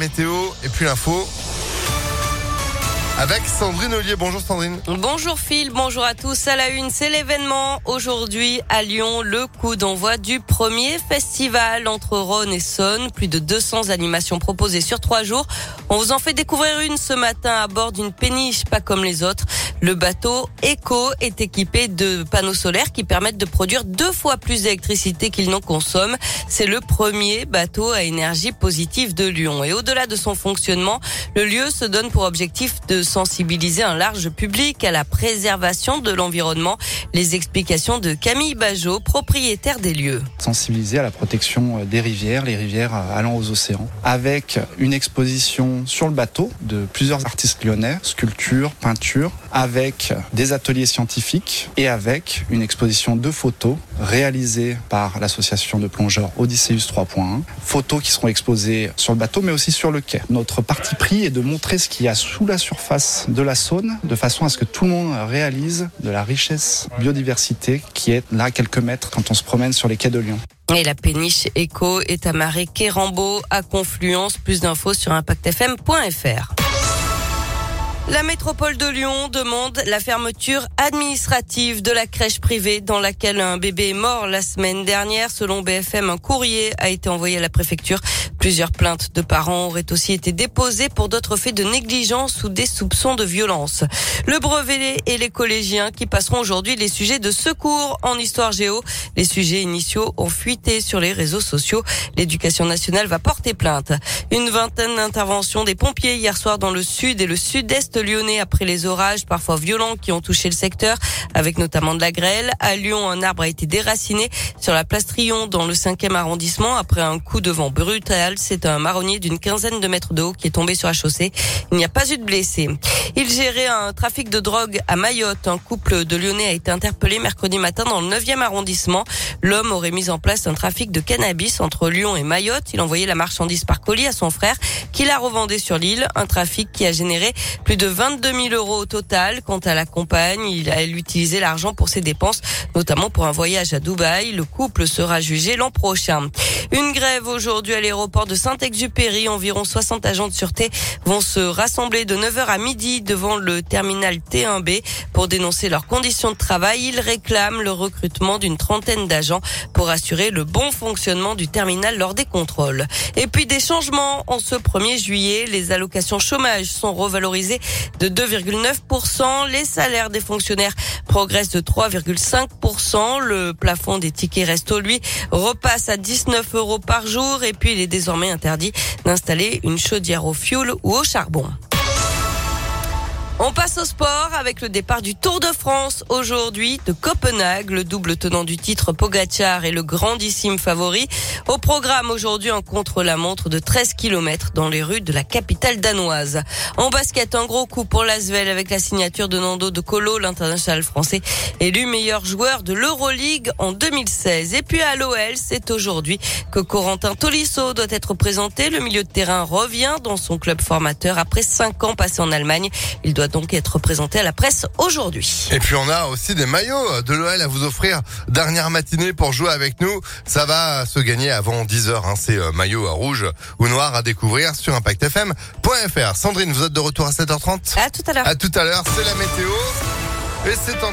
météo et puis l'info avec Sandrine Ollier. Bonjour Sandrine. Bonjour Phil, bonjour à tous. À la une, c'est l'événement aujourd'hui à Lyon, le coup d'envoi du premier festival entre Rhône et Saône. Plus de 200 animations proposées sur 3 jours. On vous en fait découvrir une ce matin à bord d'une péniche pas comme les autres. Le bateau Eco est équipé de panneaux solaires qui permettent de produire 2 fois plus d'électricité qu'il n'en consomme. C'est le premier bateau à énergie positive de Lyon. Et au-delà de son fonctionnement, le lieu se donne pour objectif de sensibiliser un large public à la préservation de l'environnement. Les explications de Camille Bajot, propriétaire des lieux. Sensibiliser à la protection des rivières, les rivières allant aux océans, avec une exposition sur le bateau de plusieurs artistes lyonnais, sculptures, peintures, avec des ateliers scientifiques et avec une exposition de photos réalisées par l'association de plongeurs Odysseus 3.1. Photos qui seront exposées sur le bateau mais aussi sur le quai. Notre parti pris est de montrer ce qu'il y a sous la surface de la Saône, de façon à ce que tout le monde réalise de la richesse biodiversité qui est là à quelques mètres quand on se promène sur les quais de Lyon. Et la péniche Eco est amarrée quai Rambaud à Confluence. Plus d'infos sur impactfm.fr. La métropole de Lyon demande la fermeture administrative de la crèche privée dans laquelle un bébé est mort la semaine dernière. Selon BFM, un courrier a été envoyé à la préfecture. Plusieurs plaintes de parents auraient aussi été déposées pour d'autres faits de négligence ou des soupçons de violence. Le brevet et les collégiens qui passeront aujourd'hui les sujets de secours en histoire géo. Les sujets initiaux ont fuité sur les réseaux sociaux. L'éducation nationale va porter plainte. Une vingtaine d'interventions des pompiers hier soir dans le sud et le sud-est lyonnais après les orages parfois violents qui ont touché le secteur, avec notamment de la grêle. À Lyon, un arbre a été déraciné sur la place Tryon dans le 5e arrondissement après un coup de vent brutal. C'est un marronnier d'une quinzaine de mètres de haut qui est tombé sur la chaussée. Il n'y a pas eu de blessés. Il gérait un trafic de drogue à Mayotte. Un couple de Lyonnais a été interpellé mercredi matin dans le 9e arrondissement. L'homme aurait mis en place un trafic de cannabis entre Lyon et Mayotte. Il envoyait la marchandise par colis à son frère qui la revendait sur l'île. Un trafic qui a généré plus de 22 000 euros au total. Quant à la compagne, il a utilisé l'argent pour ses dépenses, notamment pour un voyage à Dubaï. Le couple sera jugé l'an prochain. Une grève aujourd'hui à l'aéroport de Saint-Exupéry. Environ 60 agents de sûreté vont se rassembler de 9h à midi devant le terminal T1B pour dénoncer leurs conditions de travail. Ils réclament le recrutement d'une trentaine d'agents pour assurer le bon fonctionnement du terminal lors des contrôles. Et puis des changements en ce 1er juillet. Les allocations chômage sont revalorisées de 2,9%. Les salaires des fonctionnaires progressent de 3,5%. Le plafond des tickets resto, lui, repasse à 19 € par jour. Et puis, il est désormais interdit d'installer une chaudière au fioul ou au charbon. On passe au sport avec le départ du Tour de France aujourd'hui de Copenhague. Le double tenant du titre Pogacar est le grandissime favori. Au programme aujourd'hui, un contre-la-montre de 13 km dans les rues de la capitale danoise. En basket, un gros coup pour l'Asvel avec la signature de Nando De Colo, l'international français, élu meilleur joueur de l'Euroleague en 2016. Et puis à l'OL, c'est aujourd'hui que Corentin Tolisso doit être présenté. Le milieu de terrain revient dans son club formateur après 5 ans passés en Allemagne. Il doit donc être présenté à la presse aujourd'hui. Et puis on a aussi des maillots de l'OL à vous offrir. Dernière matinée pour jouer avec nous. Ça va se gagner avant 10h. Ces maillots rouges ou noirs à découvrir sur impactfm.fr. Sandrine, vous êtes de retour à 7h30 ? À tout à l'heure. À tout à l'heure, c'est la météo. Et c'est en